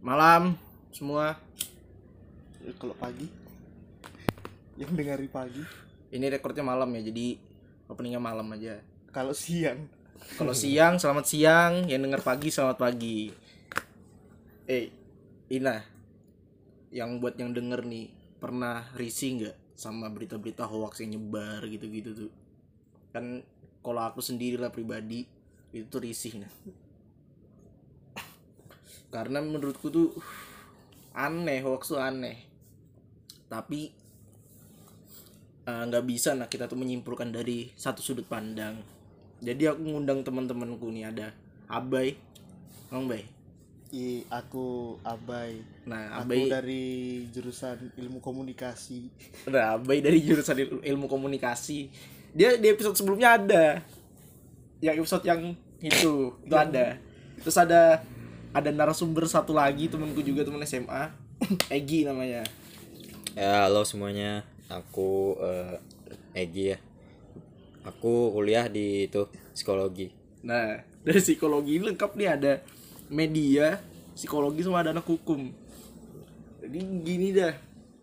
Malam semua. Kalau pagi, yang dengari pagi. Ini rekornya malam ya, jadi openingnya malam aja. Kalau siang, Kalau siang, selamat siang. Yang denger pagi, selamat pagi. Ina, yang buat yang denger nih, pernah risih nggak sama berita-berita hoax yang nyebar gitu-gitu tuh? Kan kalau aku sendiri lah pribadi, itu tuh risih nah. Karena menurutku tuh aneh, hoax tuh aneh. Tapi nggak bisa nah kita tuh menyimpulkan dari satu sudut pandang. Jadi aku ngundang teman-temanku nih, ada Abai, Bay. aku Abai. Nah, Aku Abai, dari jurusan ilmu komunikasi. Abai dari jurusan ilmu komunikasi. Dia di episode sebelumnya ada, yang episode yang itu ada. Terus ada narasumber satu lagi, temanku juga, teman SMA, Egi namanya. Ya, halo semuanya. Aku Egi ya. Aku kuliah di psikologi. Nah, dari psikologi ini lengkap nih, ada media, psikologi, sama ada anak hukum. Jadi gini dah,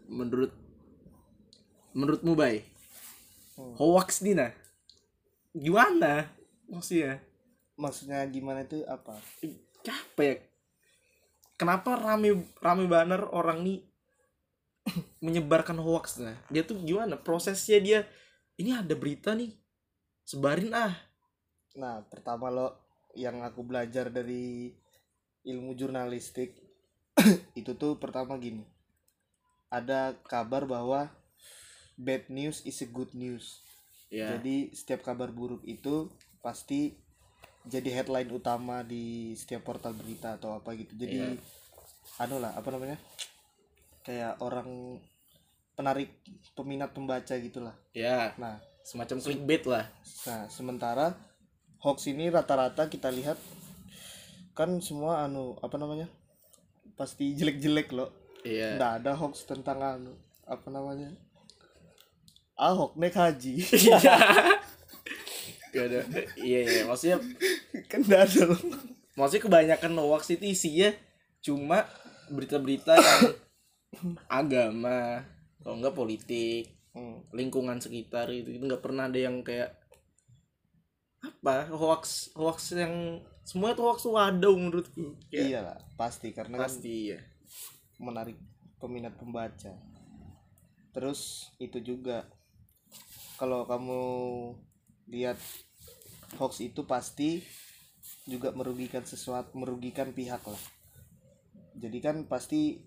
menurutmu Bay, hoax nih nah, gimana maksudnya? Maksudnya gimana itu apa? Apa ya? Kenapa rame banget orang nih menyebarkan hoax nah? Dia tuh gimana prosesnya dia? Ini ada berita nih, sebarin ah. Nah, pertama yang aku belajar dari ilmu jurnalistik itu tuh pertama gini. Ada kabar bahwa bad news is a good news. Ya. Jadi setiap kabar buruk itu pasti jadi headline utama di setiap portal berita atau apa gitu. Jadi kayak orang penarik peminat pembaca gitulah. Ya. Nah, semacam clickbait lah. Nah, sementara hoax ini rata-rata kita lihat kan semua pasti jelek-jelek loh. Iya. Nggak ada hoax tentang Ahok naik haji. Gak ada. Iya, maksudnya Kan nggak ada loh. maksudnya kebanyakan hoax itu isinya cuma berita-berita yang agama, kalau enggak politik, lingkungan sekitar itu nggak pernah ada yang kayak apa hoax yang semua itu hoax waduh menurutku. Iya lah, pasti karena Pasti ya. menarik peminat pembaca. Terus itu juga kalau kamu lihat hoax itu pasti juga merugikan pihak lah. Jadi kan pasti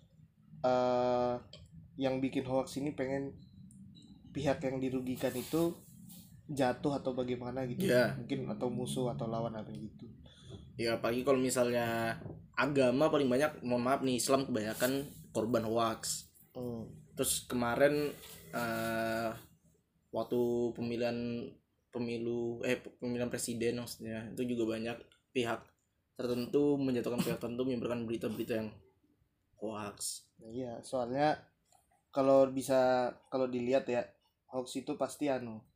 yang bikin hoax ini pengen pihak yang dirugikan itu jatuh atau bagaimana gitu. Yeah. Mungkin atau musuh atau lawan apa gitu. Ya apalagi kalau misalnya agama paling banyak, mohon maaf nih, Islam kebanyakan korban hoax. Terus kemarin waktu pemilihan presiden maksudnya, itu juga banyak pihak tertentu menjatuhkan pihak tertentu menyebarkan berita-berita yang hoax. Iya, soalnya kalau dilihat ya, hoax itu pasti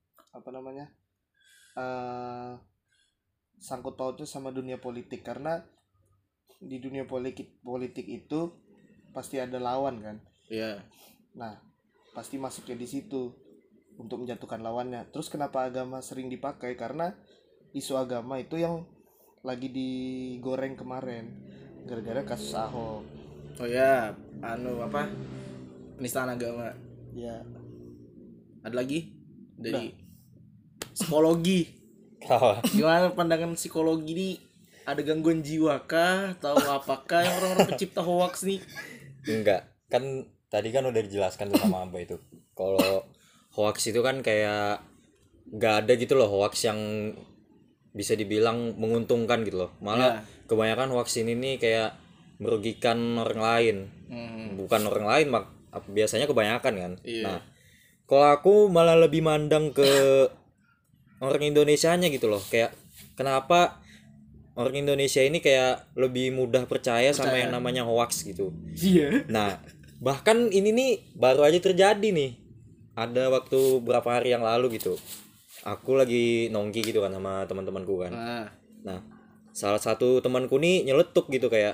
sangkut pautnya sama dunia politik, karena di dunia politik itu pasti ada lawan kan. Iya. Nah, pasti masuknya di situ untuk menjatuhkan lawannya. Terus kenapa agama sering dipakai? Karena isu agama itu yang lagi digoreng kemarin gara-gara kasus Ahok. Oh ya, penistaan agama. Ya. Ada lagi dari psikologi. Gimana pandangan psikologi ini? Ada gangguan jiwa kah atau apakah yang orang-orang pencipta hoax nih? Enggak, kan tadi kan udah dijelaskan tuh sama Amba itu. Kalau hoax itu kan kayak nggak ada gitu loh hoax yang bisa dibilang menguntungkan gitu loh. Malah kebanyakan hoax ini nih kayak merugikan orang lain. Bukan orang lain, biasanya kebanyakan kan. Nah, kalau aku malah lebih mandang ke orang Indonesianya gitu loh. Kayak kenapa orang Indonesia ini kayak lebih mudah percaya sama yang namanya hoax gitu. Iya. Nah, bahkan ini nih baru aja terjadi nih. Ada waktu berapa hari yang lalu gitu. Aku lagi nongki gitu kan sama teman-temanku kan. Nah, salah satu temanku nih nyeletuk gitu kayak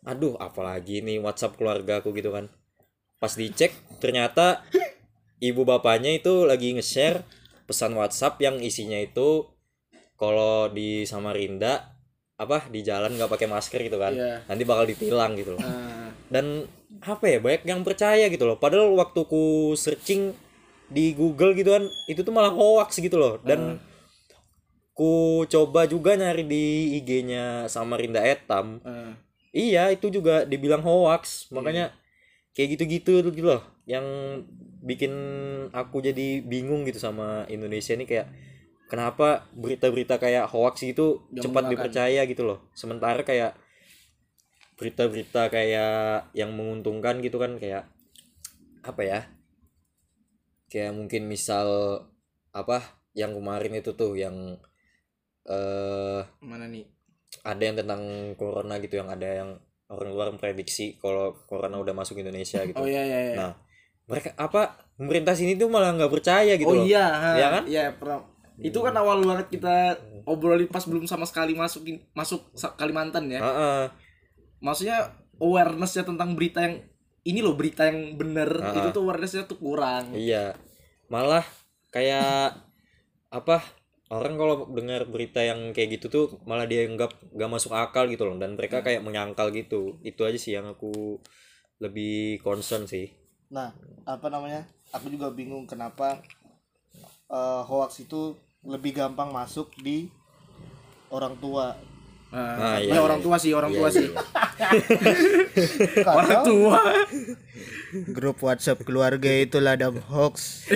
aduh apalagi nih WhatsApp keluarga aku gitu kan, pas dicek ternyata ibu bapaknya itu lagi nge-share pesan WhatsApp yang isinya itu kalau di Samarinda apa di jalan nggak pakai masker gitu kan, Iya. nanti bakal ditilang gitu loh. Nah, Dan apa ya, banyak yang percaya gitu loh, padahal waktu ku searching di Google gitu kan itu tuh malah hoax gitu loh. Dan ku coba juga nyari di IG-nya Samarinda Etam, iya itu juga dibilang hoax. Makanya kayak gitu-gitu tuh gitu loh yang bikin aku jadi bingung gitu sama Indonesia ini, kayak kenapa berita-berita kayak hoax gitu Gampang cepat makan. dipercaya gitu loh, sementara kayak berita-berita kayak yang menguntungkan gitu kan, kayak apa ya, kayak mungkin misal apa yang kemarin itu tuh yang mana nih? ada yang tentang corona gitu, yang ada yang orang luar memprediksi kalau corona udah masuk Indonesia gitu. Oh iya. Nah mereka apa pemerintah sini tuh malah nggak percaya gitu Oh loh. iya, Iya kan? Iya, pernah. Itu kan awal banget kita obrolin pas belum sama sekali masuk Kalimantan ya. Heeh. Maksudnya awarenessnya tentang berita yang ini loh, berita yang bener itu tuh awarenessnya tuh kurang. Iya, malah kayak apa, orang kalau dengar berita yang kayak gitu tuh malah dia anggap gak masuk akal gitu loh, dan mereka kayak menyangkal gitu. Itu aja sih yang aku lebih concern sih. Nah, apa namanya? Aku juga bingung kenapa hoax itu lebih gampang masuk di orang tua. Nah, Ya orang tua sih, orang tua sih. Orang Karena tua. grup WhatsApp keluarga itu ladang hoax.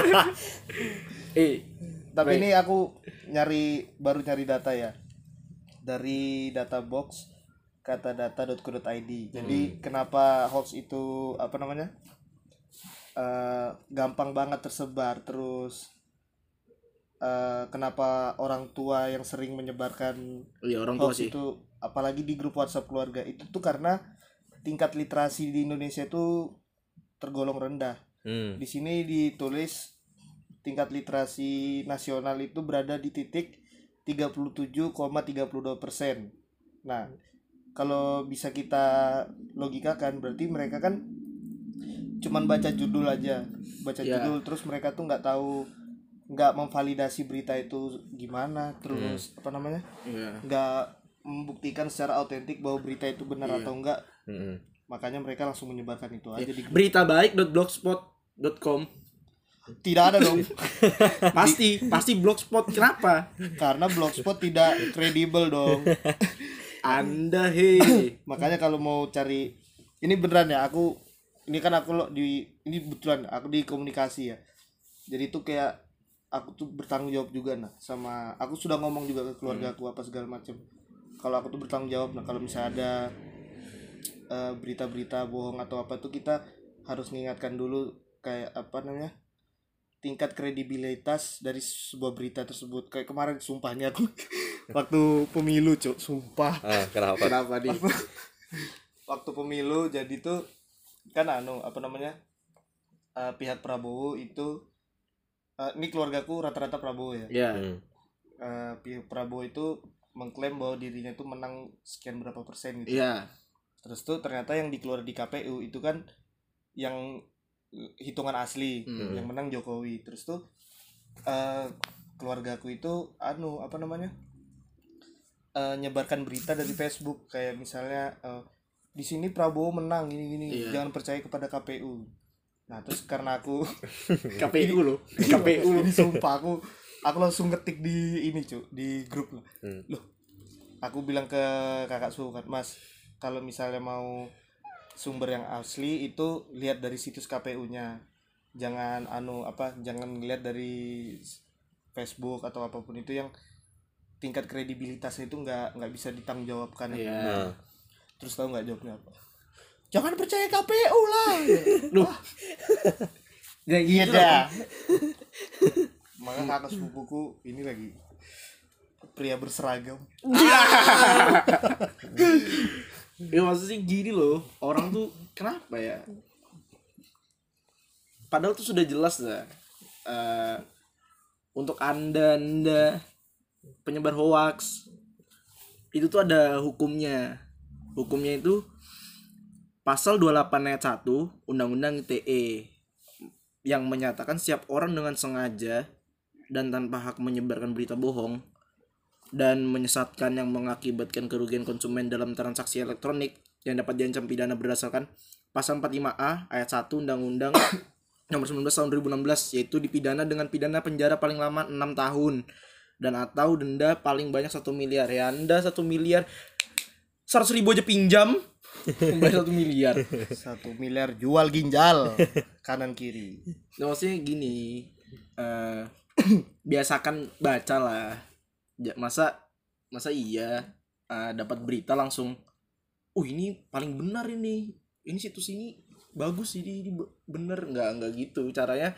Tapi ini aku baru nyari data ya. Dari databox katadata.co.id. Jadi kenapa hoax itu apa namanya? Gampang banget tersebar, terus kenapa orang tua yang sering menyebarkan Iya, orang tua hoax sih. itu apalagi di grup WhatsApp keluarga itu tuh karena tingkat literasi di Indonesia itu tergolong rendah. Di sini ditulis tingkat literasi nasional itu berada di titik 37,32%. Nah, kalau bisa kita logikakan berarti mereka kan cuman baca judul aja, judul terus mereka tuh nggak memvalidasi berita itu gimana, terus apa namanya, nggak membuktikan secara autentik bahwa berita itu benar atau enggak. Makanya mereka langsung menyebarkan itu aja di Beritabaik.blogspot.com. Tidak ada dong. Pasti blogspot. Kenapa? Karena blogspot tidak kredibel dong. Anda Makanya kalau mau cari, ini beneran ya, ini betulan aku di komunikasi ya. Jadi itu kayak aku tuh bertanggung jawab juga sama aku sudah ngomong juga ke keluarga aku apa segala macam. Kalau aku tuh bertanggung jawab, kalau misalnya ada berita-berita bohong atau apa tuh kita harus mengingatkan dulu kayak apa namanya, tingkat kredibilitas dari sebuah berita tersebut. Kayak kemarin sumpahnya aku waktu pemilu, Cuk, sumpah. Kenapa nih? Waktu pemilu jadi tuh kan apa namanya, pihak Prabowo itu ini keluargaku rata-rata Prabowo ya. Pihak Prabowo itu mengklaim bahwa dirinya tuh menang sekian berapa persen gitu. Terus tuh ternyata yang dikeluar di KPU itu kan yang hitungan asli, yang menang Jokowi. Terus tuh keluargaku itu apa namanya, nyebarkan berita dari Facebook kayak misalnya di sini Prabowo menang gini jangan percaya kepada KPU. Nah terus karena aku KPU loh. KPU ini sumpah aku langsung ngetik di ini, Cuk, di grup loh. Aku bilang ke kakak suhu kan, Mas, kalau misalnya mau sumber yang asli itu lihat dari situs KPU-nya. Jangan jangan lihat dari Facebook atau apapun itu yang tingkat kredibilitasnya itu nggak bisa ditanggungjawabkan. Terus tahu nggak jawabnya apa? Jangan percaya KPU lah. Loh. Ya Iya gitu dah. Maka kakak sepupuku ini lagi pria berseragam. Ya maksudnya gini loh, orang tuh kenapa ya? Padahal tuh sudah jelas lah. Untuk anda penyebar hoax itu tuh ada hukumnya. Hukumnya itu pasal 28 ayat 1 Undang-Undang ITE yang menyatakan setiap orang dengan sengaja dan tanpa hak menyebarkan berita bohong dan menyesatkan yang mengakibatkan kerugian konsumen dalam transaksi elektronik yang dapat diancam pidana berdasarkan pasal 45A ayat 1 Undang-Undang nomor 19 tahun 2016, yaitu dipidana dengan pidana penjara paling lama 6 tahun dan atau denda paling banyak 1 miliar. Ya Anda 1 miliar 100 ribu aja pinjam bayar 1 miliar. 1 miliar jual ginjal kanan kiri. Nah, maksudnya gini, biasakan baca lah. Masa iya dapat berita langsung ini paling benar ini situs ini bagus, ini bener. Nggak gitu caranya.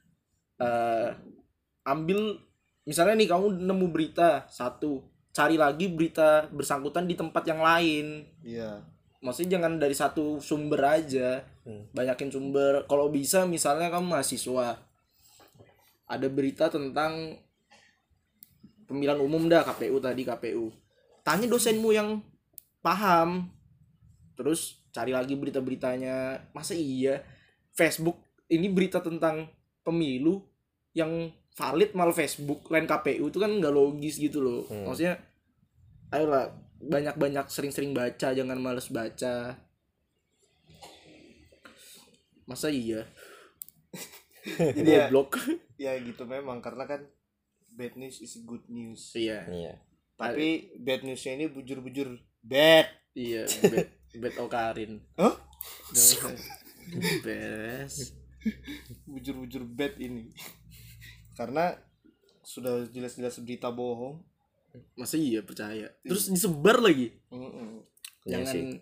Ambil misalnya nih, kamu nemu berita satu, cari lagi berita bersangkutan di tempat yang lain. Iya. Maksudnya jangan dari satu sumber aja, banyakin sumber. Kalau bisa misalnya kamu mahasiswa, ada berita tentang pemilihan umum dah, KPU, tanya dosenmu yang paham, terus cari lagi berita-beritanya. Masa iya Facebook ini berita tentang pemilu yang valid malah Facebook lain KPU, itu kan nggak logis gitu loh. Maksudnya ayolah, banyak-banyak sering-sering baca, jangan males baca. Masa iya goblok. Ya gitu memang, karena kan bad news is good news. Iya. Tapi bad newsnya ini bujur-bujur bad. Iya, bad Okarin. Hah? Beres. Bujur-bujur bad ini. Karena sudah jelas-jelas berita bohong. Masa iya percaya? Terus disebar lagi. Iya Jangan sih.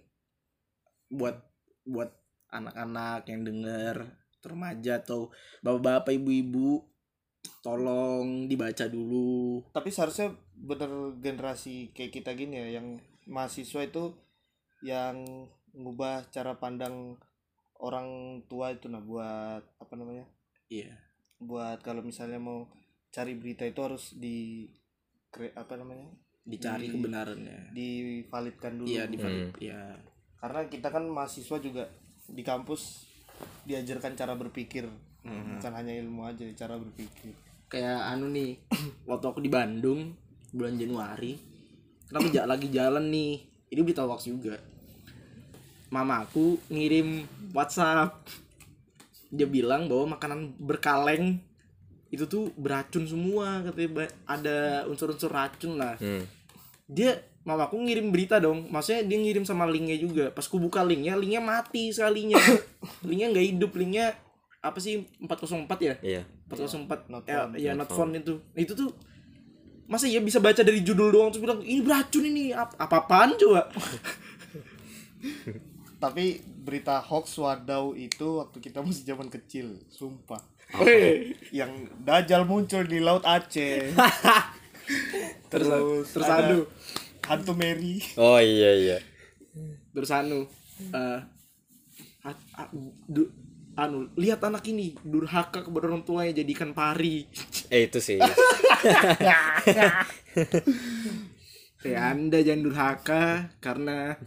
buat anak-anak yang denger, remaja atau bapak-bapak, ibu-ibu, tolong dibaca dulu. Tapi seharusnya bener generasi kayak kita gini ya, yang mahasiswa itu yang ngubah cara pandang orang tua itu, nah buat apa namanya? Iya. Buat kalau misalnya mau cari berita itu harus Dicari kebenarannya. divalidkan dulu. Iya, divalid. Iya. Karena kita kan mahasiswa juga di kampus diajarkan cara berpikir, bukan hanya ilmu aja, cara berpikir. Kayak nih, waktu aku di Bandung bulan Januari, kenapa lagi jalan nih, ini berita hoax juga. Mama aku ngirim WhatsApp, dia bilang bahwa makanan berkaleng itu tuh beracun semua, katanya ada unsur-unsur racun lah. Mama aku ngirim berita dong, maksudnya dia ngirim sama linknya juga. Pas ku buka linknya mati sekalinya. Linknya nggak hidup, linknya apa sih, 404 ya? Iya. 404 Not not found itu tuh. Masa ya bisa baca dari judul doang terus bilang ini beracun, ini apa-apaan coba. Tapi berita hoax wadau itu waktu kita masih zaman kecil, sumpah. Yang Dajjal muncul di Laut Aceh. Terus ada hantu Mary. Oh iya. Terus lihat anak ini durhaka kepada orang tuanya, jadikan pari. Itu sih. Anda jangan durhaka karena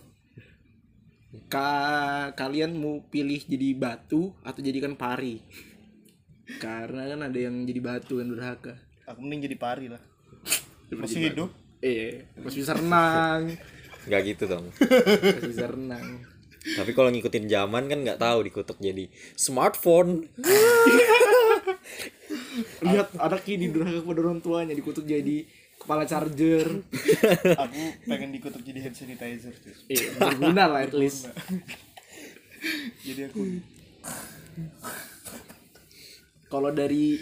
kalian mau pilih jadi batu atau jadikan pari. Karena kan ada yang jadi batu kan durhaka. Aku mending jadi pari lah. Masih Masih hidup. Masih bisa renang. Nggak gitu dong. Masih bisa renang. Tapi kalau ngikutin zaman kan nggak tahu dikutuk jadi smartphone. Lihat anak ini durhaka kepada orang tuanya, dikutuk jadi kepala charger. Aku pengen dikutuk jadi hand sanitizer. Berguna lah at least. Jadi aku kalau dari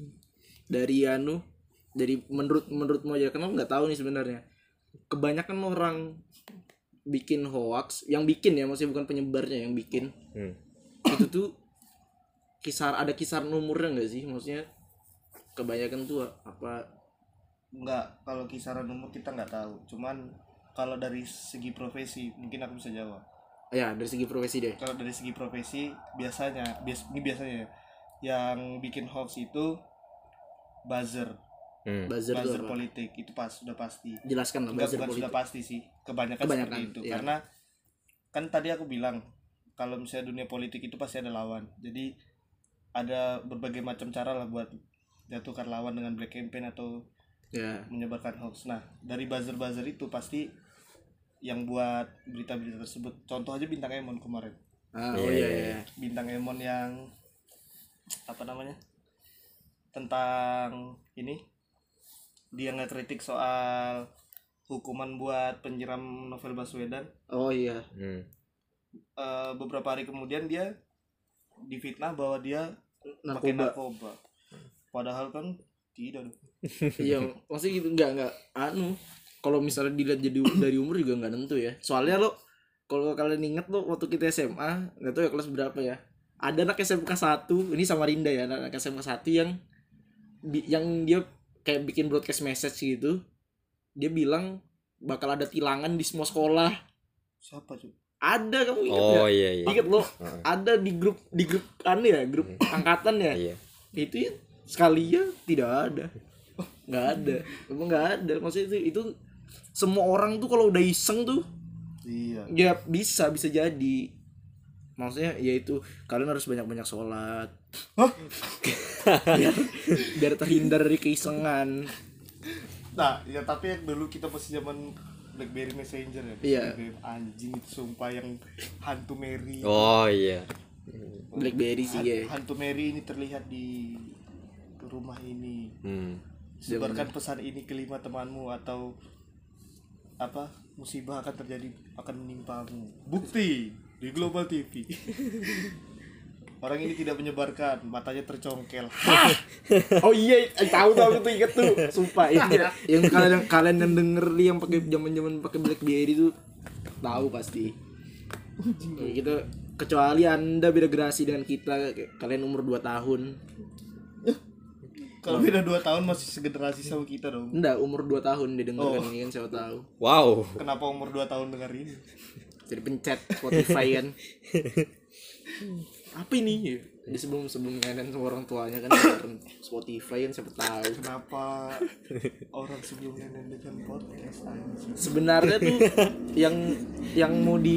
menurutmu aja, kenapa nggak tahu nih sebenarnya, kebanyakan orang bikin hoax, yang bikin ya, maksudnya bukan penyebarnya, yang bikin itu tuh ada kisaran umurnya nggak sih? Maksudnya kebanyakan tuh apa? nggak, kalau kisaran umur kita nggak tahu. Cuman kalau dari segi profesi mungkin aku bisa jawab. Ya, dari segi profesi deh. Kalau dari segi profesi biasanya yang bikin hoax itu buzzer. Buzzer tuh apa? Politik itu sudah pasti. Jelaskan lah Enggak, buzzer bukan politik. sudah pasti sih. Kebanyakan seperti itu. iya. Karena kan tadi aku bilang kalau misalnya dunia politik itu pasti ada lawan. Jadi ada berbagai macam cara lah buat jatuhkan lawan dengan black campaign atau Ya. menyebarkan hoax. Nah, dari buzzer-buzzer itu pasti yang buat berita-berita tersebut. Contoh aja Bintang Emon kemarin. Oh iya. Bintang Emon yang apa namanya? Tentang ini dia ngekritik soal hukuman buat penyiram Novel Baswedan. Oh iya. Beberapa hari kemudian dia difitnah bahwa dia pakai narkoba. Padahal kan tidak. Iya, maksudnya gitu enggak kalau misalnya dilihat jadi dari umur juga enggak nentu ya. Soalnya lo kalau kalian inget lo waktu kita SMA, enggak tahu ya kelas berapa ya. Ada anak SMK 1, ini Samarinda ya, anak SMK 1 yang dia kayak bikin broadcast message gitu. Dia bilang bakal ada tilangan di semua sekolah. Siapa tuh? Ada, kamu inget Oh gak? iya. Ingat lo, ada di grup grup angkatan ya. Iya. Itu ya, sekali ya tidak ada. Nggak ada, emang nggak ada. Maksudnya itu semua orang tuh kalau udah iseng tuh Iya. ya bisa jadi. Maksudnya ya itu kalian harus banyak sholat. biar terhindar dari keisengan. Nah, ya tapi yang dulu kita masih zaman BlackBerry Messenger ya. Iya. Anjing itu sumpah yang hantu Mary. Oh iya. BlackBerry sih ya. Hantu Mary ini terlihat di rumah ini. Sebarkan pesan ini ke 5 temanmu atau apa musibah akan terjadi, akan menimpamu. Bukti di Global TV. Orang ini tidak menyebarkan, matanya tercongkel. Oh iya, tahu itu inget tuh. Sumpah itu yang kalian yang denger nih yang pakai zaman pakai BlackBerry tuh tahu pasti. Kita kecuali Anda beda generasi dengan kita, kalian umur 2 tahun. Kalau beda 2 tahun masih segenerasi sama kita dong. Enggak, umur 2 tahun didengarkan ini kan siapa tahu. Wow. Kenapa umur 2 tahun dengar ini? Jadi pencet Spotify kan. Apa ini? Jadi sebelum ngeden sama orang tuanya kan dengerin Spotify kan siapa tahu. Kenapa orang sebelumnya dengan podcast anjing? Sebenarnya tuh yang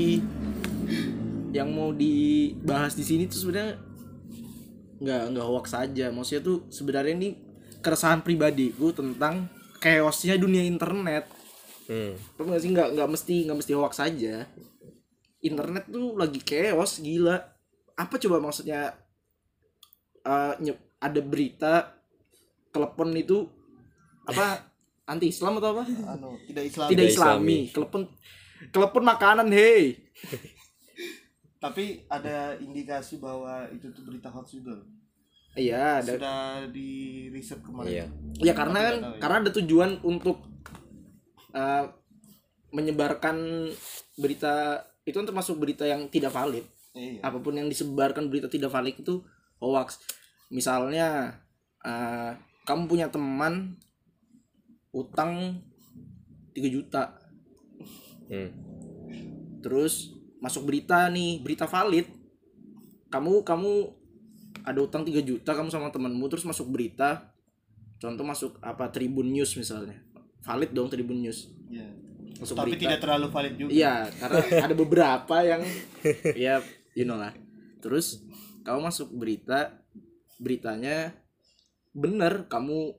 mau dibahas di sini tuh sebenarnya nggak hoax saja. Maksudnya tuh sebenarnya ini keresahan pribadiku tentang chaosnya dunia internet. Tapi nggak sih nggak mesti hoax saja. Internet tuh lagi chaos gila. Apa coba maksudnya ada berita klepon itu apa anti Islam atau apa? Tidak Islami. Klepon makanan hei. Tapi ada indikasi bahwa itu tuh berita hoax juga. Iya, sudah di riset kemarin. Iya. Ya karena ada tujuan untuk menyebarkan berita itu kan termasuk berita yang tidak valid. Iya. Apapun yang disebarkan berita tidak valid itu hoax. Misalnya kamu punya teman utang 3 juta. Terus masuk berita nih, berita valid. Kamu ada utang 3 juta kamu sama temanmu, terus masuk berita. Contoh masuk apa Tribun News misalnya. Valid dong Tribun News. Iya. Masuk Tapi berita. tidak terlalu valid juga. Iya, karena ada beberapa yang ya you know lah. Terus kamu masuk beritanya bener kamu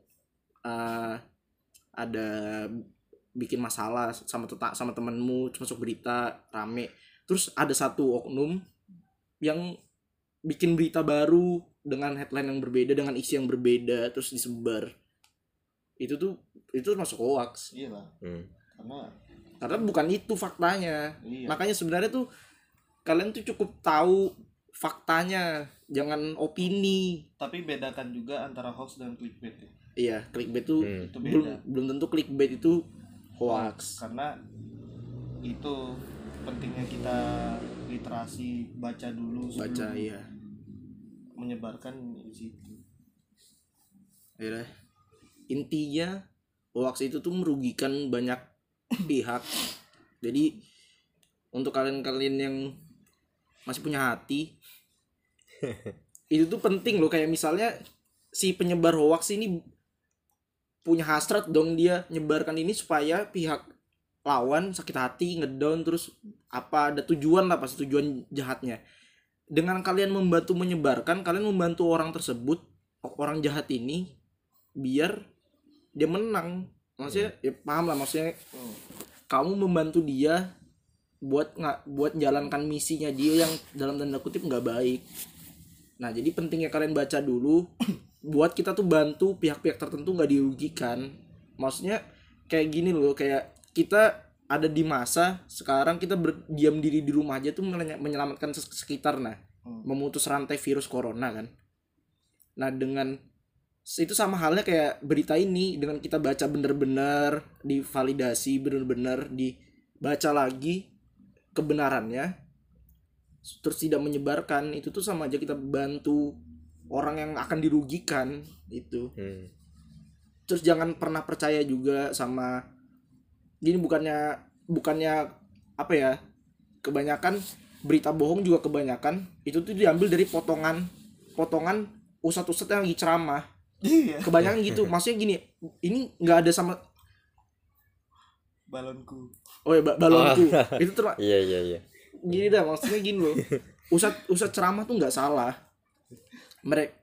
ada bikin masalah sama temanmu, masuk berita rame. Terus ada satu oknum yang bikin berita baru dengan headline yang berbeda, dengan isi yang berbeda, terus disebar. Itu masuk hoax. Iya lah. Karena bukan itu faktanya. Iya. Makanya sebenarnya tuh kalian tuh cukup tahu faktanya, jangan opini. Tapi bedakan juga antara hoax dan clickbait ya. Iya, clickbait tuh Itu beda. belum tentu clickbait itu hoax. Karena itu pentingnya kita literasi, baca dulu sebelum Iya. menyebarkan di situ. Ya, intinya hoax itu tuh merugikan banyak pihak. Jadi untuk kalian yang masih punya hati itu tuh penting loh, kayak misalnya si penyebar hoax ini punya hasrat dong dia nyebarkan ini supaya pihak lawan sakit hati, ngedown, terus apa ada tujuan lah, pasti tujuan jahatnya. Dengan kalian membantu menyebarkan, kalian membantu orang tersebut, orang jahat ini biar dia menang. Maksudnya ya paham lah, maksudnya kamu membantu dia buat jalankan misinya dia yang dalam tanda kutip nggak baik. Nah, jadi pentingnya kalian baca dulu buat kita tuh bantu pihak-pihak tertentu nggak dirugikan. Maksudnya kayak gini loh, kayak kita ada di masa sekarang kita berdiam diri di rumah aja tuh menyelamatkan sekitar, nah memutus rantai virus corona kan. Nah, dengan itu sama halnya kayak berita ini, dengan kita baca bener-bener, divalidasi bener-bener, dibaca lagi kebenarannya, terus tidak menyebarkan, itu tuh sama aja kita bantu orang yang akan dirugikan itu. Terus jangan pernah percaya juga sama gini, bukannya apa ya, kebanyakan berita bohong juga kebanyakan itu tuh diambil dari potongan ustadz yang lagi ceramah. Kebanyakan gitu. Maksudnya gini, ini nggak ada sama balonku. Oh ya, balonku. Itu Iya. Gini dah, maksudnya gini loh. Ustadz ceramah tuh nggak salah. Mereka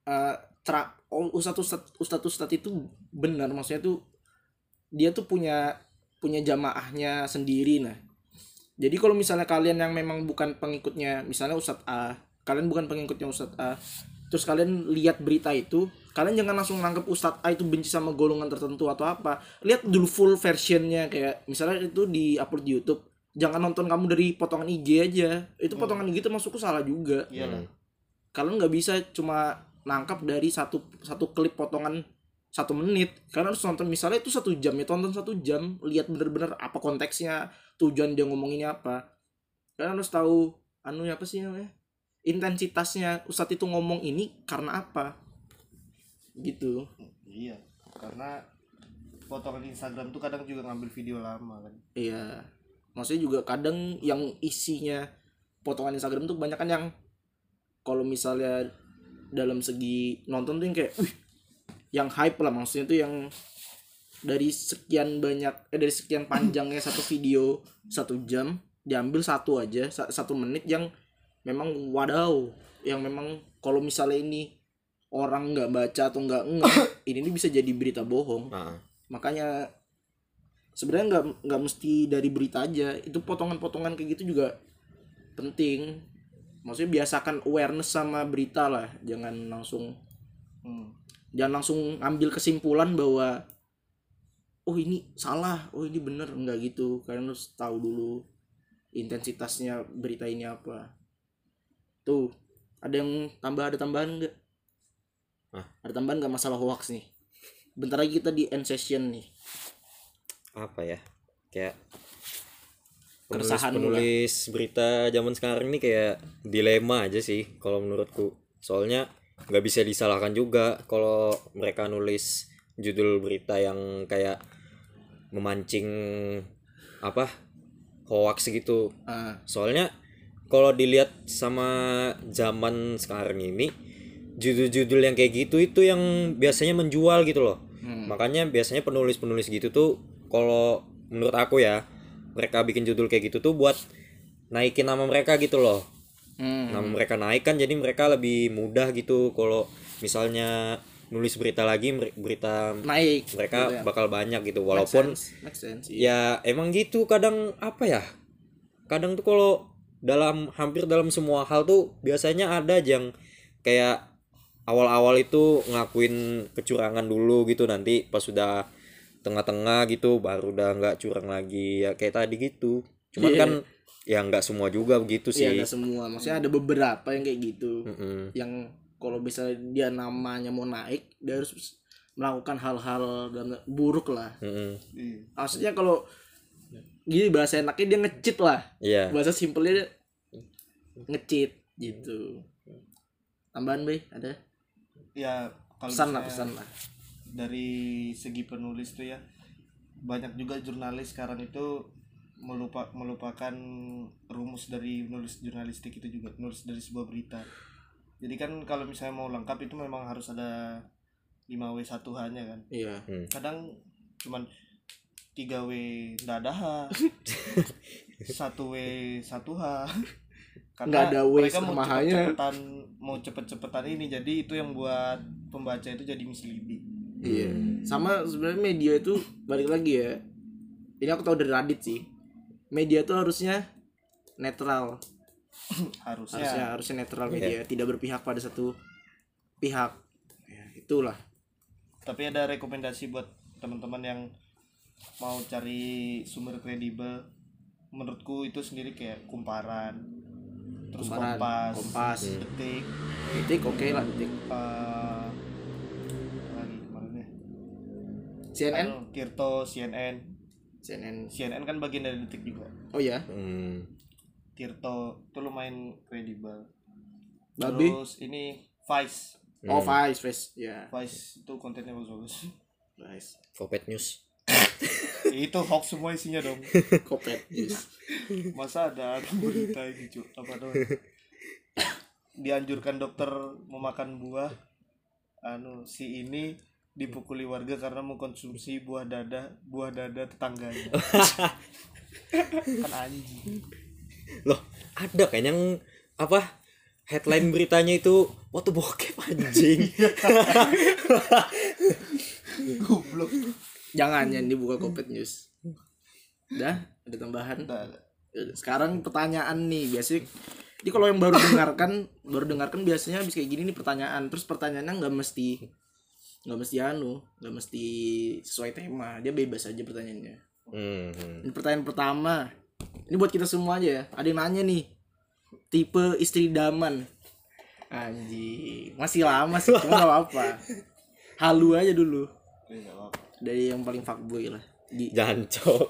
ustadz itu benar, maksudnya tuh dia tuh punya jamaahnya sendiri. Nah, jadi kalau misalnya kalian yang memang bukan pengikutnya, misalnya Ustadz A, kalian bukan pengikutnya Ustadz A, terus kalian lihat berita itu, kalian jangan langsung nangkep Ustadz A itu benci sama golongan tertentu atau apa. Lihat dulu full versionnya, kayak misalnya itu di upload di YouTube. Jangan nonton kamu dari potongan IG aja. Itu potongan IG itu masukku salah juga. Kalian nggak bisa cuma nangkap dari satu klip potongan 1 menit. Karena harus nonton, misalnya itu 1 jam, ya tonton 1 jam, lihat bener-bener apa konteksnya, tujuan dia ngomonginnya apa. Kalian harus tahu apa sih namanya, intensitasnya Ustadz itu ngomong ini karena apa gitu. Iya, karena potongan Instagram tuh kadang juga ngambil video lama kan. Iya, maksudnya juga kadang yang isinya potongan Instagram tuh kebanyakan yang kalau misalnya dalam segi nonton tuh yang kayak yang hype lah, maksudnya tuh yang dari sekian panjangnya satu video 1 jam diambil satu aja 1 menit yang memang yang memang kalau misalnya ini orang nggak baca atau nggak ini bisa jadi berita bohong. Makanya sebenarnya nggak mesti dari berita aja, itu potongan-potongan kayak gitu juga penting. Maksudnya biasakan awareness sama berita lah, jangan langsung ambil kesimpulan bahwa oh ini salah, oh ini bener, enggak gitu. Kalian harus tahu dulu intensitasnya berita ini apa. Tuh, ada tambahan enggak? Ada tambahan enggak masalah hoax nih? Bentar lagi kita di end session nih. Apa ya? Kayak Keresahan penulis berita zaman sekarang ini kayak dilema aja sih kalau menurutku. Soalnya nggak bisa disalahkan juga kalau mereka nulis judul berita yang kayak memancing hoax gitu. Soalnya kalau dilihat sama zaman sekarang ini, judul-judul yang kayak gitu itu yang biasanya menjual gitu loh. Makanya biasanya penulis-penulis gitu tuh, kalau menurut aku ya, mereka bikin judul kayak gitu tuh buat naikin nama mereka gitu loh. Nama mereka naik kan, jadi mereka lebih mudah gitu kalau misalnya nulis berita lagi, berita naik mereka gitu ya, bakal banyak gitu. Walaupun make sense, ya emang gitu, kadang kadang tuh kalau hampir dalam semua hal tuh biasanya ada aja yang kayak awal-awal itu ngakuin kecurangan dulu gitu, nanti pas sudah tengah-tengah gitu baru udah nggak curang lagi, ya kayak tadi gitu. Cuman kan ya nggak semua juga begitu sih. Iya, nggak semua, maksudnya ada beberapa yang kayak gitu. Yang kalau bisa dia namanya mau naik, dia harus melakukan hal-hal buruk lah. Maksudnya kalau gini bahasa enaknya dia nge-cheat lah. Bahasa simpelnya dia nge-cheat gitu. Tambahan Bay ada? Ya kalau pesan lah. Dari segi penulis tuh ya, banyak juga jurnalis sekarang itu melupakan rumus dari nulis jurnalistik itu juga, nulis dari sebuah berita. Jadi kan kalau misalnya mau lengkap itu memang harus ada 5W1H-nya kan. Iya. Kadang cuman 3W dadaha 1W 1H karena Nggak ada W mereka sama H-nya. mau cepet-cepetan ini, jadi itu yang buat pembaca itu jadi misleading. Iya. Sama sebenarnya media itu balik lagi ya. Ini aku tahu dari Radit sih. Media tuh harusnya netral. Harusnya netral media, tidak berpihak pada satu pihak. Ya, itulah. Tapi ada rekomendasi buat teman-teman yang mau cari sumber kredibel. Menurutku itu sendiri kayak Kumparan, terus Kompas, Detik oke lah, Detik. Lagi kemarin ya. CNN Tirto, CNN kan bagian dari Detik juga. oh ya. Tirto itu lumayan kredibel. Babi. Terus ini Vice. Oh Vice ya. Vice itu kontennya bagus. Vice. Kopet News. Itu hoax semua isinya dong. Kopet News. Masa ada berita ini cu? Apa namanya? Dianjurkan dokter memakan buah. Si ini dipukuli warga karena mengkonsumsi buah dada tetangganya. Kan anjing. Loh, ada kan yang apa? Headline beritanya itu foto bokep anjing. Goblok. Jangan dibuka Kopet News. Udah, ada tambahan. Sekarang pertanyaan nih, biasanya jadi kalau yang baru dengarkan biasanya habis kayak gini nih pertanyaan. Terus pertanyaannya nggak mesti sesuai tema. Dia bebas aja pertanyaannya. Ini pertanyaan pertama. Ini buat kita semua aja ya. Ada yang nanya nih. Tipe istri idaman. Anjing, masih lama sih, cuma enggak apa-apa. Halu aja dulu. Dari yang paling fuckboy lah. Jancok.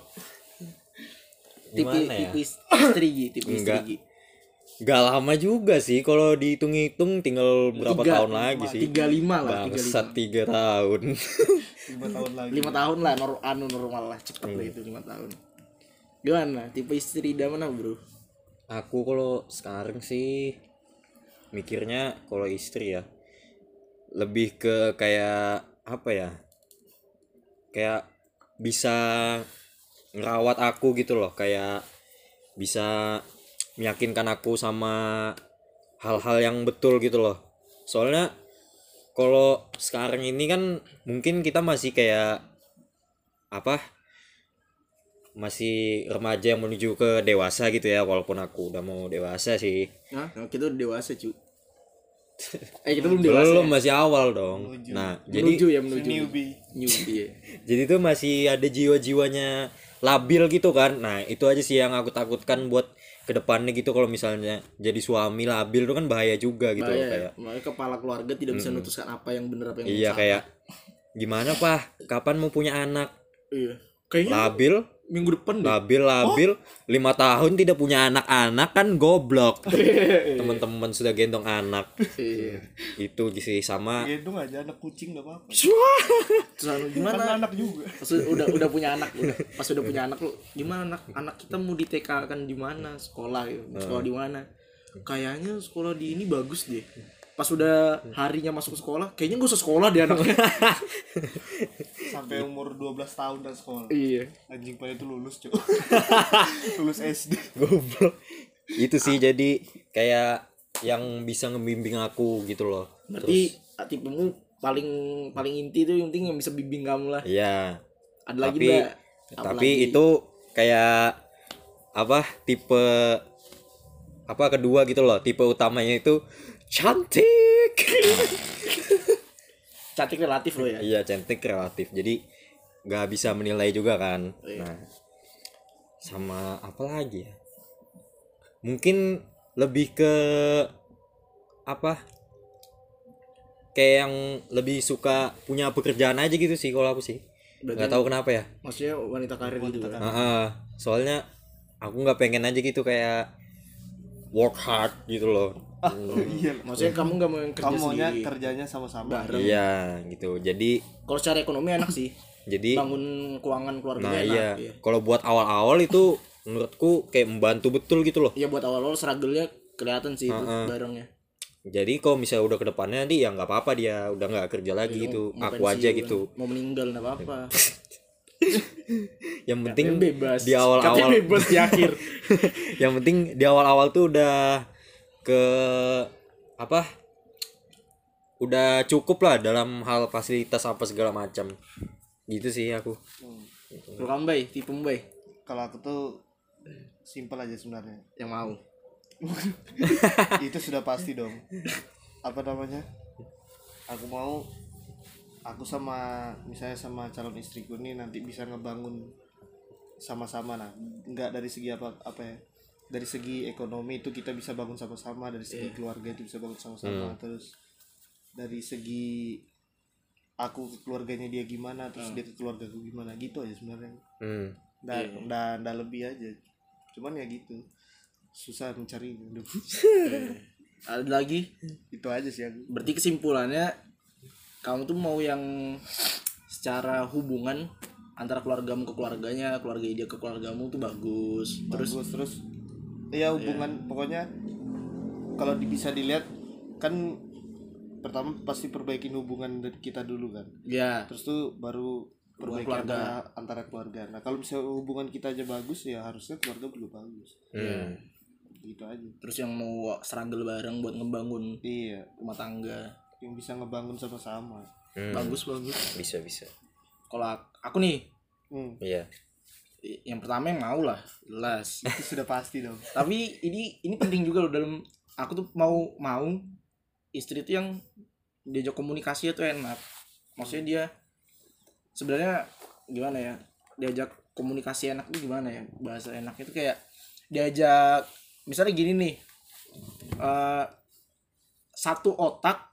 Tipe istri Gi. Gak lama juga sih kalau dihitung-hitung, tinggal berapa tahun lagi sih? 35 lah. Bangsat 3 tahun. 5 tahun lagi. 5 tahun lah, normal lah, cepet lah itu 5 tahun. Gimana? Tipe istri idaman apa, Bro? Aku kalau sekarang sih mikirnya kalau istri ya lebih ke kayak apa ya? Kayak bisa ngerawat aku gitu loh, kayak bisa meyakinkan aku sama hal-hal yang betul gitu loh. Soalnya kalau sekarang ini kan mungkin kita masih kayak apa? Masih remaja yang menuju ke dewasa gitu ya, walaupun aku udah mau dewasa sih. Nah, kita udah dewasa, cu. Kita belum dewasa. Belum, masih awal dong. Nah, menuju. Newbie ya. Jadi tuh masih ada jiwa-jiwanya labil gitu kan. Nah, itu aja sih yang aku takutkan buat kedepannya gitu. Kalau misalnya jadi suami labil itu kan bahaya juga gitu loh, kayak. Makanya kepala keluarga tidak bisa memutuskan apa yang benar apa yang Iya, salah. kayak gimana Pak? Kapan mau punya anak? Iya. Kayaknya Labil, minggu depan deh. labil 5 tahun tidak punya anak-anak kan goblok. Teman-teman sudah gendong anak. Iya. Itu sih sama. gendong aja anak kucing gak apa-apa. Terus gimana? Kan anak juga. Pas udah punya anak, pas udah punya anak lu gimana anak kita mau di TK kan di mana sekolah gitu. Sekolah di mana? Kayaknya sekolah di ini bagus deh. Pas udah harinya masuk ke sekolah, kayaknya gak usah sekolah deh anaknya. Sampai umur 12 tahun dan sekolah. Iya. Anjing pada itu lulus, Cuk. Lulus SD. Goblok. Itu sih jadi kayak yang bisa ngebimbing aku gitu loh. Berarti tipemu paling inti tuh yang penting yang bisa bimbing kamu lah. Iya. Ada lagi Tapi enggak? tapi itu kayak apa? Tipe apa kedua gitu loh. Tipe utamanya itu cantik. Cantik relatif loh ya. Iya, cantik relatif. Jadi nggak bisa menilai juga kan. Iya. Nah, sama apa lagi ya? Mungkin lebih ke apa? Kayak yang lebih suka punya pekerjaan aja gitu sih kalau aku sih. Nggak tahu kenapa ya. Maksudnya wanita karir gitu kan. Soalnya aku nggak pengen aja gitu kayak work hard gitu loh. Iya. Maksudnya kamu nggak mau yang kerja Kamu maunya sendiri. kerjanya sama-sama. Bareng. Iya gitu. Jadi Kalau secara ekonomi enak sih. jadi Bangun keuangan keluarganya nah enak. iya. Kalau buat awal-awal itu menurutku kayak membantu betul gitu loh. Iya buat awal-awal struggle-nya kelihatan sih itu barengnya. Jadi kalau misalnya udah ke depannya dia ya nggak apa-apa, dia udah nggak kerja lagi gitu. Mau Aku pensiun, aja gitu. Mau meninggal enggak apa-apa. Yang penting Katanya bebas. di awal-awal Katanya bebas di akhir. yang penting di awal-awal tuh udah ke apa? Udah cukup lah dalam hal fasilitas apa segala macam. Gitu sih aku. Lu kan Bay, tipe Bay Kalau aku tuh simpel aja sebenarnya. yang mau. Itu sudah pasti dong. Apa namanya? Aku misalnya sama calon istriku nih nanti bisa ngebangun sama-sama, nah nggak dari segi apa ya, dari segi ekonomi itu kita bisa bangun sama-sama, dari segi keluarga itu bisa bangun sama-sama, terus dari segi aku ke keluarganya dia gimana, terus dia ke keluargaku gimana, gitu aja sebenarnya. Dan lebih aja, cuman ya gitu, susah mencari. Ada lagi? Itu aja sih aku. Berarti kesimpulannya kamu tuh mau yang secara hubungan antara keluargamu ke keluarganya, keluarga dia ke keluargamu tuh bagus. Terus ya hubungan pokoknya kalau bisa dilihat kan pertama pasti perbaikin hubungan kita dulu kan. Ya. Terus tuh baru perbaiki keluarga. antara keluarga. Nah, kalau misalnya hubungan kita aja bagus ya harusnya keluarga juga bagus. Gitu aja. Terus yang mau struggle bareng buat ngebangun Iya, rumah tangga. yang bisa ngebangun sama-sama. Bagus. Bisa. Kalau aku nih, Iya. yang pertama yang mau lah, jelas. Itu sudah pasti dong. Tapi ini penting juga loh, dalam aku tuh mau istri tuh yang diajak komunikasi tuh enak. Maksudnya dia sebenarnya gimana ya? Diajak komunikasi enak tuh gimana ya? Bahasa enaknya tuh kayak diajak, misalnya gini nih. Satu otak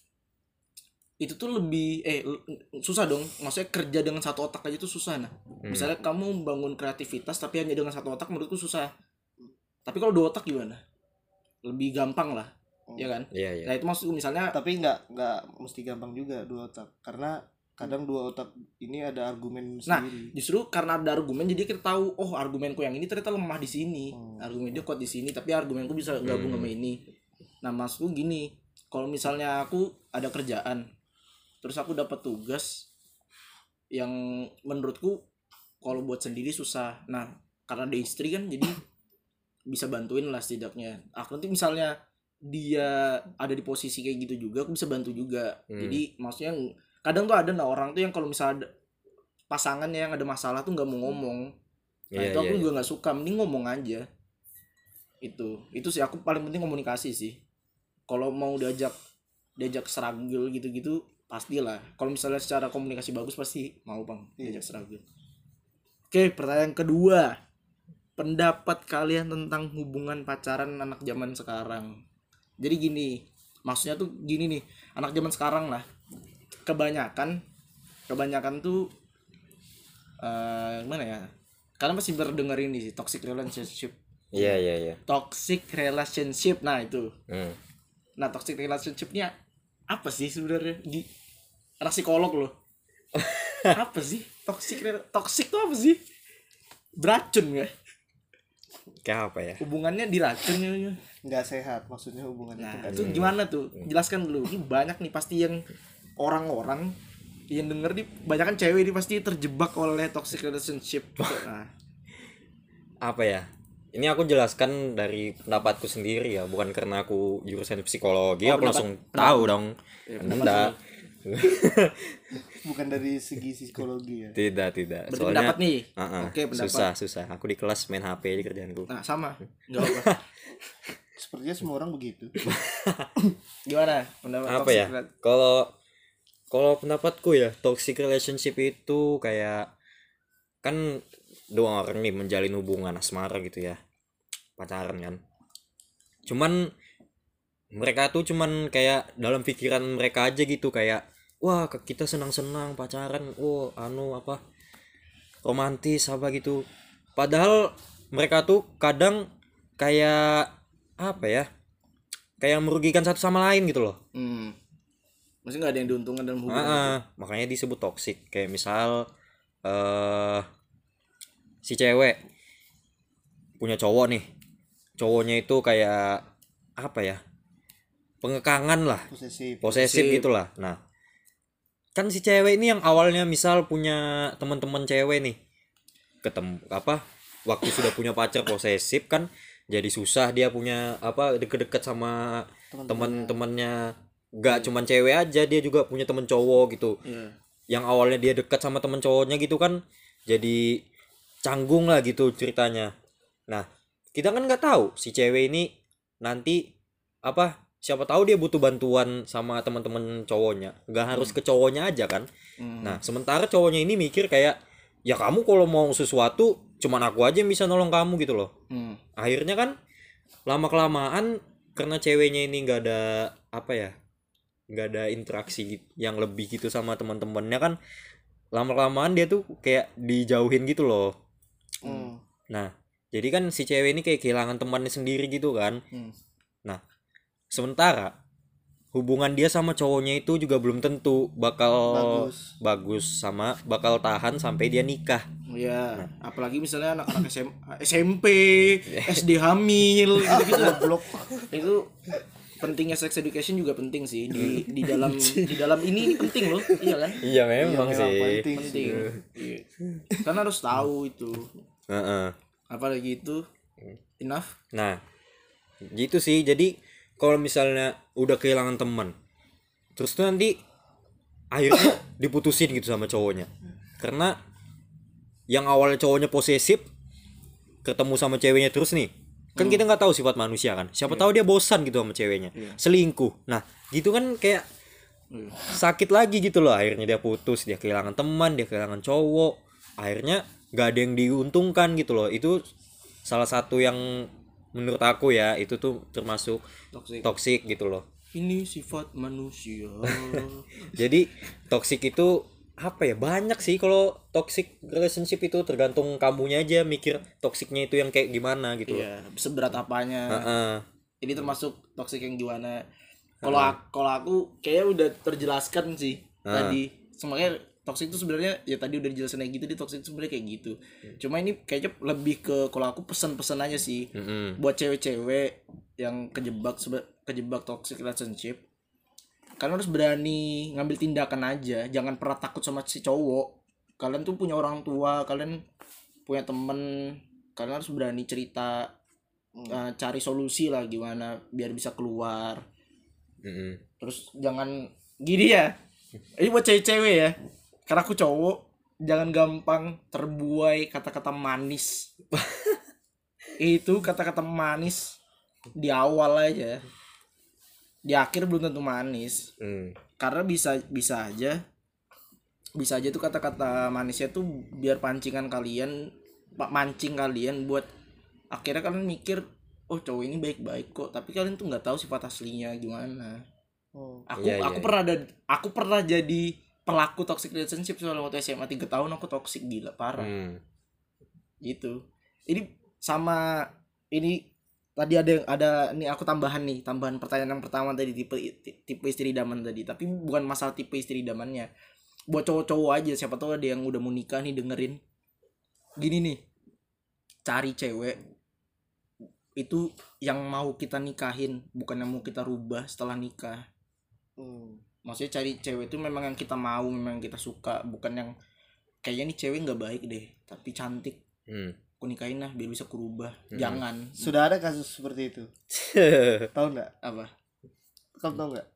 itu tuh lebih susah dong, maksudnya kerja dengan satu otak aja tuh susah. Nah misalnya kamu bangun kreativitas tapi hanya dengan satu otak, menurutku susah. Tapi kalau dua otak gimana, lebih gampang lah, ya kan? Iya. Nah itu maksudku, misalnya Tapi nggak mesti gampang juga dua otak, karena kadang dua otak ini ada argumen sendiri. justru karena ada argumen jadi kita tahu, oh argumenku yang ini ternyata lemah di sini, argumen dia kuat di sini, tapi argumenku bisa gabung sama ini. Nah maksudku gini, kalau misalnya aku ada kerjaan terus aku dapat tugas yang menurutku kalau buat sendiri susah, nah karena ada istri kan jadi bisa bantuin lah setidaknya. Aku nanti misalnya dia ada di posisi kayak gitu juga, aku bisa bantu juga. Jadi maksudnya kadang tuh ada orang tuh yang kalau misalnya ada pasangan yang ada masalah tuh nggak mau ngomong. Nah itu aku juga nggak suka, mending ngomong aja. Itu sih aku paling penting komunikasi sih. Kalau mau diajak struggle gitu-gitu pastilah. Kalau misalnya secara komunikasi bagus pasti mau bang diajak struggle. Oke, pertanyaan kedua, pendapat kalian tentang hubungan pacaran anak zaman sekarang. Jadi gini, maksudnya tuh gini nih, anak zaman sekarang lah, kebanyakan tuh gimana ya? Kalian pasti pernah dengar ini sih, toxic relationship. Iya. Toxic relationship, nah itu. Nah toxic relationshipnya apa sih sebenarnya? Anak psikolog loh. Apa sih toxic tuh apa sih? Beracun gak? Kayak apa ya? Hubungannya diracun ya. Nggak sehat maksudnya hubungan Nah itu. itu gimana tuh? Jelaskan dulu. Ini banyak nih pasti yang orang-orang yang denger nih, banyak kan cewek ini pasti terjebak oleh toxic relationship. Nah. Apa ya? Ini aku jelaskan dari pendapatku sendiri ya, bukan karena aku jurusan psikologi aku langsung tahu dong. Enggak. Bukan dari segi psikologi ya. Tidak. Berarti Soalnya pendapat nih. Oke, pendapat. susah. Aku di kelas main HP di kerjaanku. Nah, sama. Enggak apa. Sepertinya semua orang begitu. Gimana pendapat Apa ya? Kalau pendapatku ya, toxic relationship itu kayak kan dua orang nih menjalin hubungan asmara gitu ya, pacaran kan. Cuman mereka tuh cuman kayak dalam pikiran mereka aja gitu, kayak wah kita senang-senang pacaran, apa romantis apa gitu. Padahal mereka tuh kadang kayak apa ya, kayak merugikan satu sama lain gitu loh. Maksudnya nggak ada yang diuntungkan dalam hubungan itu. Makanya disebut toksik. Kayak misal si cewek punya cowok nih, cowoknya itu kayak apa ya, pengekangan lah, posesif gitulah. Nah kan si cewek ini yang awalnya misal punya teman-teman cewek nih, ketemu apa waktu sudah punya pacar posesif kan, jadi susah dia punya apa deket-deket sama teman-temannya. Gak cuman cewek aja, dia juga punya temen cowok gitu. Yang awalnya dia dekat sama temen cowoknya gitu kan, jadi canggung lah gitu ceritanya. Nah, kita kan nggak tahu si cewek ini nanti apa, siapa tahu dia butuh bantuan sama teman-teman cowoknya, nggak harus ke cowoknya aja kan. Nah, sementara cowoknya ini mikir kayak, ya kamu kalau mau sesuatu cuman aku aja yang bisa nolong kamu gitu loh. Akhirnya kan lama kelamaan karena ceweknya ini nggak ada apa ya, nggak ada interaksi yang lebih gitu sama teman-temannya kan, lama kelamaan dia tuh kayak dijauhin gitu loh. Nah, jadi kan si cewek ini kayak kehilangan temannya sendiri gitu kan. Nah, sementara hubungan dia sama cowoknya itu juga belum tentu bakal bagus sama bakal tahan sampai dia nikah. Iya, apalagi misalnya anak-anak SMP, SD hamil gitu-gitu. Itu pentingnya sex education juga penting sih di dalam ini penting loh, iya kan? Iya memang sih. Penting. Iya. Karena harus tahu itu. Apalagi itu enough. Nah, gitu sih. Jadi kalau misalnya udah kehilangan teman, terus tuh nanti akhirnya diputusin gitu sama cowoknya. Karena yang awalnya cowoknya posesif ketemu sama ceweknya terus nih. Kan kita nggak tahu sifat manusia kan. Siapa tahu dia bosan gitu sama ceweknya. Selingkuh. Nah, gitu kan kayak sakit lagi gitu loh. Akhirnya dia putus, dia kehilangan teman, dia kehilangan cowok. Akhirnya nggak ada yang diuntungkan gitu loh. Itu salah satu yang menurut aku ya, itu tuh termasuk toksik gitu loh. Ini sifat manusia. Jadi toksik itu apa ya, banyak sih. Kalau toxic relationship itu tergantung kamunya aja mikir toksiknya itu yang kayak gimana gitu. Iya, seberat apanya. Ini termasuk toksik yang gimana. Kalau aku kayaknya udah terjelaskan sih tadi. Sebenarnya toksik itu sebenarnya ya tadi udah dijelasin kayak gitu, di toksik itu sebenarnya kayak gitu. Cuma ini kayaknya lebih ke, kalau aku pesan-pesan aja sih buat cewek-cewek yang kejebak toxic relationship. Kalian harus berani ngambil tindakan aja, jangan pernah takut sama si cowok. Kalian tuh punya orang tua, kalian punya temen, kalian harus berani cerita, cari solusi lah gimana biar bisa keluar. Terus jangan gini ya, ini buat cewek-cewek ya, karena aku cowok, jangan gampang terbuai kata-kata manis. Itu kata-kata manis di awal aja, di akhir belum tentu manis. Karena bisa aja tuh kata-kata manisnya tuh biar mancing kalian buat akhirnya kalian mikir, oh cowok ini baik-baik kok, tapi kalian tuh nggak tahu sifat aslinya gimana. Aku pernah jadi pelaku toxic relationship soalnya waktu SMA 3 tahun aku toxic, gila parah. Gitu. Ini sama ini tadi ada nih, aku tambahan pertanyaan yang pertama tadi, tipe istri idaman tadi, tapi bukan masalah tipe istri idamannya, buat cowok-cowok aja, siapa tahu ada yang udah mau nikah nih dengerin. Gini nih, cari cewek itu yang mau kita nikahin, bukan yang mau kita rubah setelah nikah. Maksudnya cari cewek itu memang yang kita mau, memang yang kita suka, bukan yang kayaknya nih cewek nggak baik deh tapi cantik, aku nikahin lah biar bisa kurubah. Jangan. Sudah ada kasus seperti itu. Tahu nggak? Apa? Kamu tahu nggak?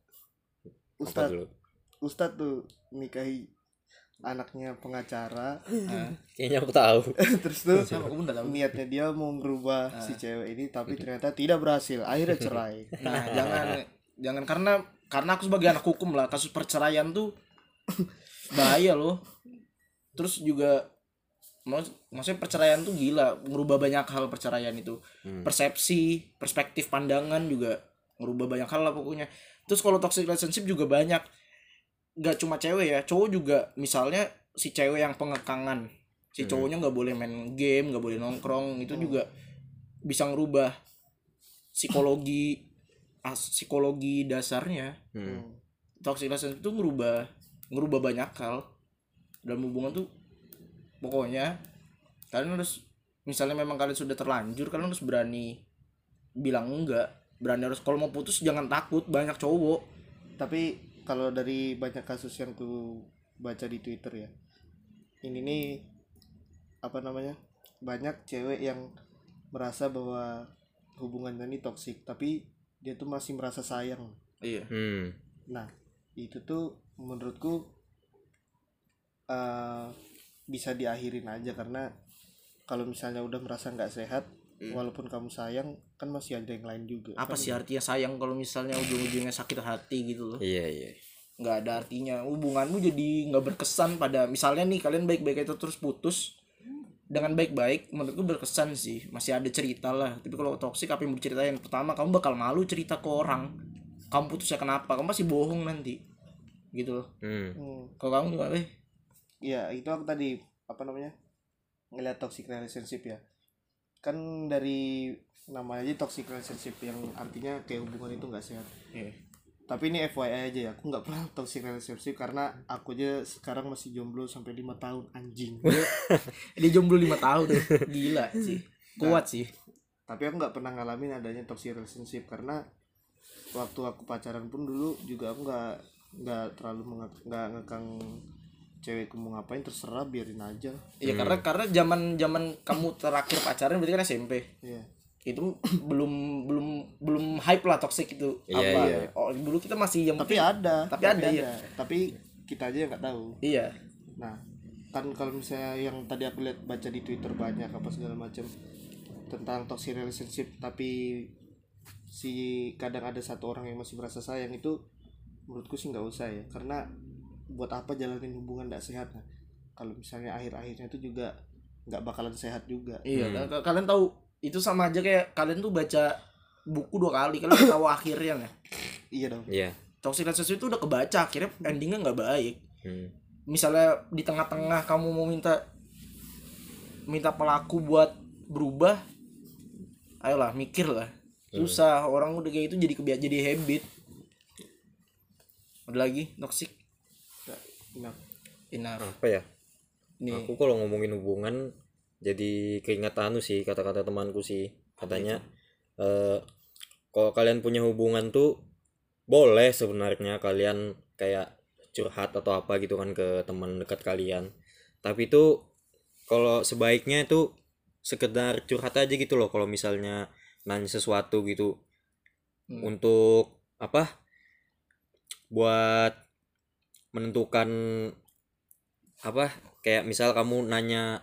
Ustadz tuh nikahi anaknya pengacara. Kayaknya aku tahu. Terus tuh niatnya dia mau ngerubah si cewek ini, tapi ternyata tidak berhasil. Akhirnya cerai. Nah, jangan karena aku sebagai anak hukum lah, kasus perceraian tuh bahaya loh. Terus juga maksudnya perceraian tuh gila, ngerubah banyak hal perceraian itu. Persepsi, perspektif pandangan juga ngerubah banyak hal lah pokoknya. Terus kalau toxic relationship juga banyak. Gak cuma cewek ya, cowok juga. Misalnya si cewek yang pengekangan, si cowoknya gak boleh main game, gak boleh nongkrong, itu juga bisa ngerubah psikologi dasarnya. Toxic relationship itu ngerubah banyak hal dalam hubungan tuh. Pokoknya kalian harus, misalnya memang kalian sudah terlanjur, kalian harus berani bilang enggak, berani harus, kalau mau putus jangan takut, banyak cowok. Tapi kalau dari banyak kasus yang ku baca di Twitter ya, ini nih apa namanya, banyak cewek yang merasa bahwa hubungannya ini toksik tapi dia tuh masih merasa sayang. Iya. Nah itu tuh menurutku bisa diakhirin aja, karena kalau misalnya udah merasa nggak sehat, walaupun kamu sayang kan masih ada yang lain juga. Apa kan sih artinya sayang kalau misalnya ujung-ujungnya sakit hati gitu loh? Iya. Nggak ada artinya, hubunganmu jadi nggak berkesan. Pada misalnya nih kalian baik-baik itu terus putus dengan baik-baik, menurutku berkesan sih, masih ada cerita lah. Tapi kalau toksik, apa yang mau diceritain? Pertama, kamu bakal malu cerita ke orang kamu putusnya kenapa, kamu pasti bohong nanti gitu loh. Kalau kamu gimana? Ya itu aku tadi apa namanya, ngeliat toxic relationship ya, kan dari namanya aja toxic relationship yang artinya kayak hubungan itu nggak sehat. Tapi ini FYI aja ya, aku nggak pernah toxic relationship karena aku aja sekarang masih jomblo sampai 5 tahun anjing. Dia jomblo 5 tahun, gila sih, kuat sih. Tapi aku nggak pernah ngalamin adanya toxic relationship karena waktu aku pacaran pun dulu juga aku nggak terlalu nggak ngekang cewekku mau ngapain, terserah biarin aja. Iya, karena zaman kamu terakhir pacaran berarti kan SMP. Iya. Itu belum hype lah toxic itu. Iya. Oh, dulu kita masih yang Tapi ada. iya. Tapi kita aja nggak tahu. Iya. Nah, kan kalau misalnya yang tadi aku lihat baca di Twitter banyak apa segala macam tentang toxic relationship, tapi kadang ada satu orang yang masih merasa sayang, itu menurutku sih nggak usah ya, karena buat apa jalanin hubungan nggak sehat. Nah, kalau misalnya akhir-akhirnya itu juga nggak bakalan sehat juga. Iya, kalian tahu itu sama aja kayak kalian tuh baca buku 2 kali, kalian udah tahu akhirnya nggak? Iya dong. Iya. Toxic relationship itu udah kebaca, akhirnya endingnya nggak baik. Misalnya di tengah-tengah kamu mau minta pelaku buat berubah, ayolah mikir lah. Susah, orang udah kayak itu jadi habit. Ada lagi toxic. Enough. Apa ya? Nih. Aku kalau ngomongin hubungan jadi keinget sih, kata-kata temanku sih. Katanya kalau kalian punya hubungan tuh boleh sebenarnya kalian kayak curhat atau apa gitu kan ke teman dekat kalian. Tapi itu kalau sebaiknya itu sekedar curhat aja gitu loh, kalau misalnya nanya sesuatu gitu. Untuk apa? Buat menentukan apa, kayak misal kamu nanya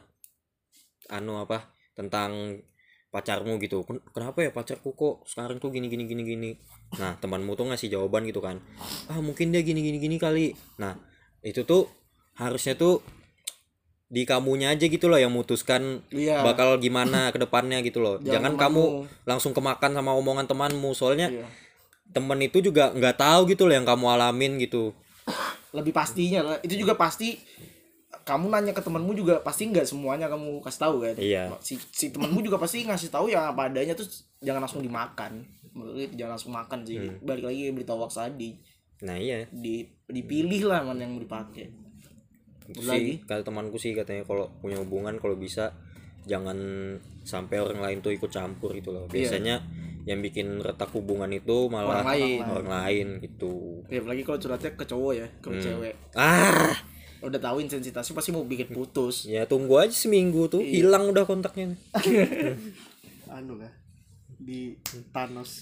tentang pacarmu gitu, kenapa ya pacarku kok sekarang tuh gini. Nah, temanmu tuh ngasih jawaban gitu kan, mungkin dia gini kali. Nah, itu tuh harusnya tuh di kamunya aja gitu loh yang mutuskan bakal gimana ke depannya gitu loh. Jangan kamu langsung kemakan sama omongan temanmu, soalnya temen itu juga nggak tahu gitu loh yang kamu alamin gitu. Lebih pastinya lah, itu juga pasti kamu nanya ke temenmu juga pasti nggak semuanya kamu kasih tahu kan. Iya. Si temenmu juga pasti ngasih tahu yang apa adanya, terus jangan langsung dimakan. Jangan langsung makan sih. Balik lagi berita hoax tadi. Nah iya. Dipilih lah mana yang mau dipakai. Sih kata temanku sih, katanya kalau punya hubungan kalau bisa jangan sampai orang lain tuh ikut campur gitu loh. Biasanya yang bikin retak hubungan itu malah orang lain gitu. Ya apalagi kalau curhatnya ke cowok ya, ke cewek. Udah tahu intensitasnya pasti mau bikin putus. Ya tunggu aja seminggu tuh hilang udah kontaknya. Lah di Thanos.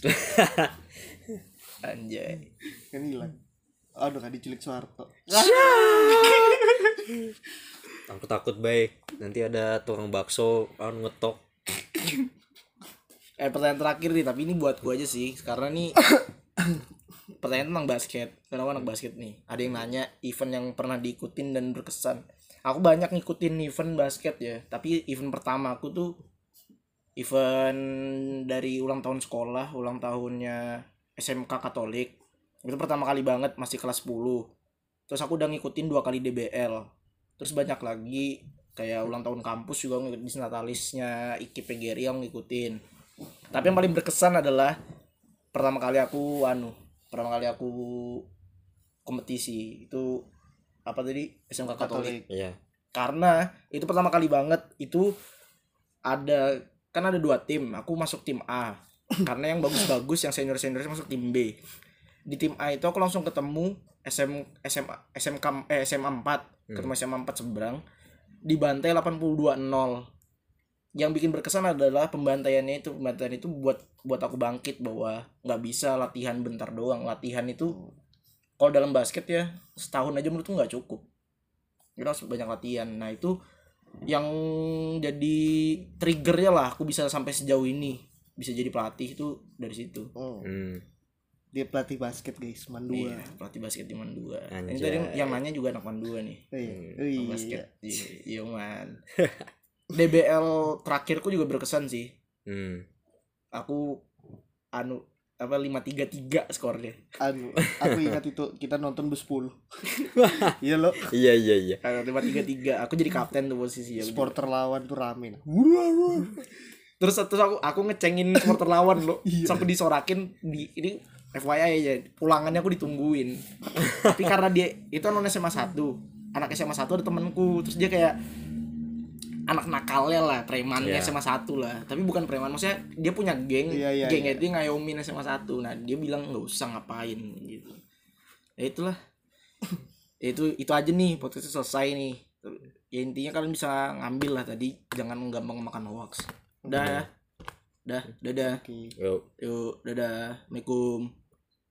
Anjay. Kan hilang. Kan diculik Soeharto. Aku takut baik nanti ada tukang bakso ngetok. Pertanyaan terakhir nih, tapi ini buat gua aja sih, karena nih pertanyaan tentang basket. Kenapa anak basket nih? Ada yang nanya event yang pernah diikutin dan berkesan. Aku banyak ngikutin event basket ya, tapi event pertama aku tuh event dari ulang tahun sekolah, ulang tahunnya SMK Katolik. Itu pertama kali banget, masih kelas 10. Terus aku udah ngikutin 2 kali DBL. Terus banyak lagi kayak ulang tahun kampus juga ngikutin Natalisnya IKI PGRI yang ngikutin. Tapi yang paling berkesan adalah pertama kali aku kompetisi itu apa tadi, SMK Katolik. Iya. Karena itu pertama kali banget, itu ada 2 tim, aku masuk tim A. Karena yang bagus-bagus, yang senior masuk tim B. Di tim A itu aku langsung ketemu SMA 4 ketemu SMA 4 seberang dibantai 82-0. Yang bikin berkesan adalah pembantaian itu buat aku bangkit bahwa nggak bisa latihan bentar doang. Latihan itu kalau dalam basket ya setahun aja menurutku nggak cukup, kita harus banyak latihan. Nah itu yang jadi triggernya lah aku bisa sampai sejauh ini bisa jadi pelatih itu dari situ. Dia pelatih basket guys, Mandua. Iya, pelatih basket di Mandua. Ini Anjay. tadi yang nanya juga anak Mandua nih. Iya. Basket. Iya man. DBL terakhirku juga berkesan sih. Aku 5-3 skornya. Aku ingat itu kita nonton ber-10. Iya lo. Iya. 5-3. Aku jadi kapten tuh posisi ya. Supporter lawan tuh rame. Terus aku ngecengin supporter lawan lo sampai disorakin ini FYI aja, pulangannya aku ditungguin. Tapi karena dia itu anak SMA 1 ada temenku, terus dia kayak anak nakalnya lah, premannya SMA 1 lah. Tapi bukan preman, maksudnya dia punya geng, gengnya dia ngayomin SMA 1. Nah, dia bilang enggak usah ngapain gitu. Ya itulah. itu aja nih, podcastnya selesai nih. Ya intinya kalian bisa ngambil lah tadi, jangan gampang makan hoax. Dadah. Okay. Yo. Yuk, dadah. Assalamualaikum.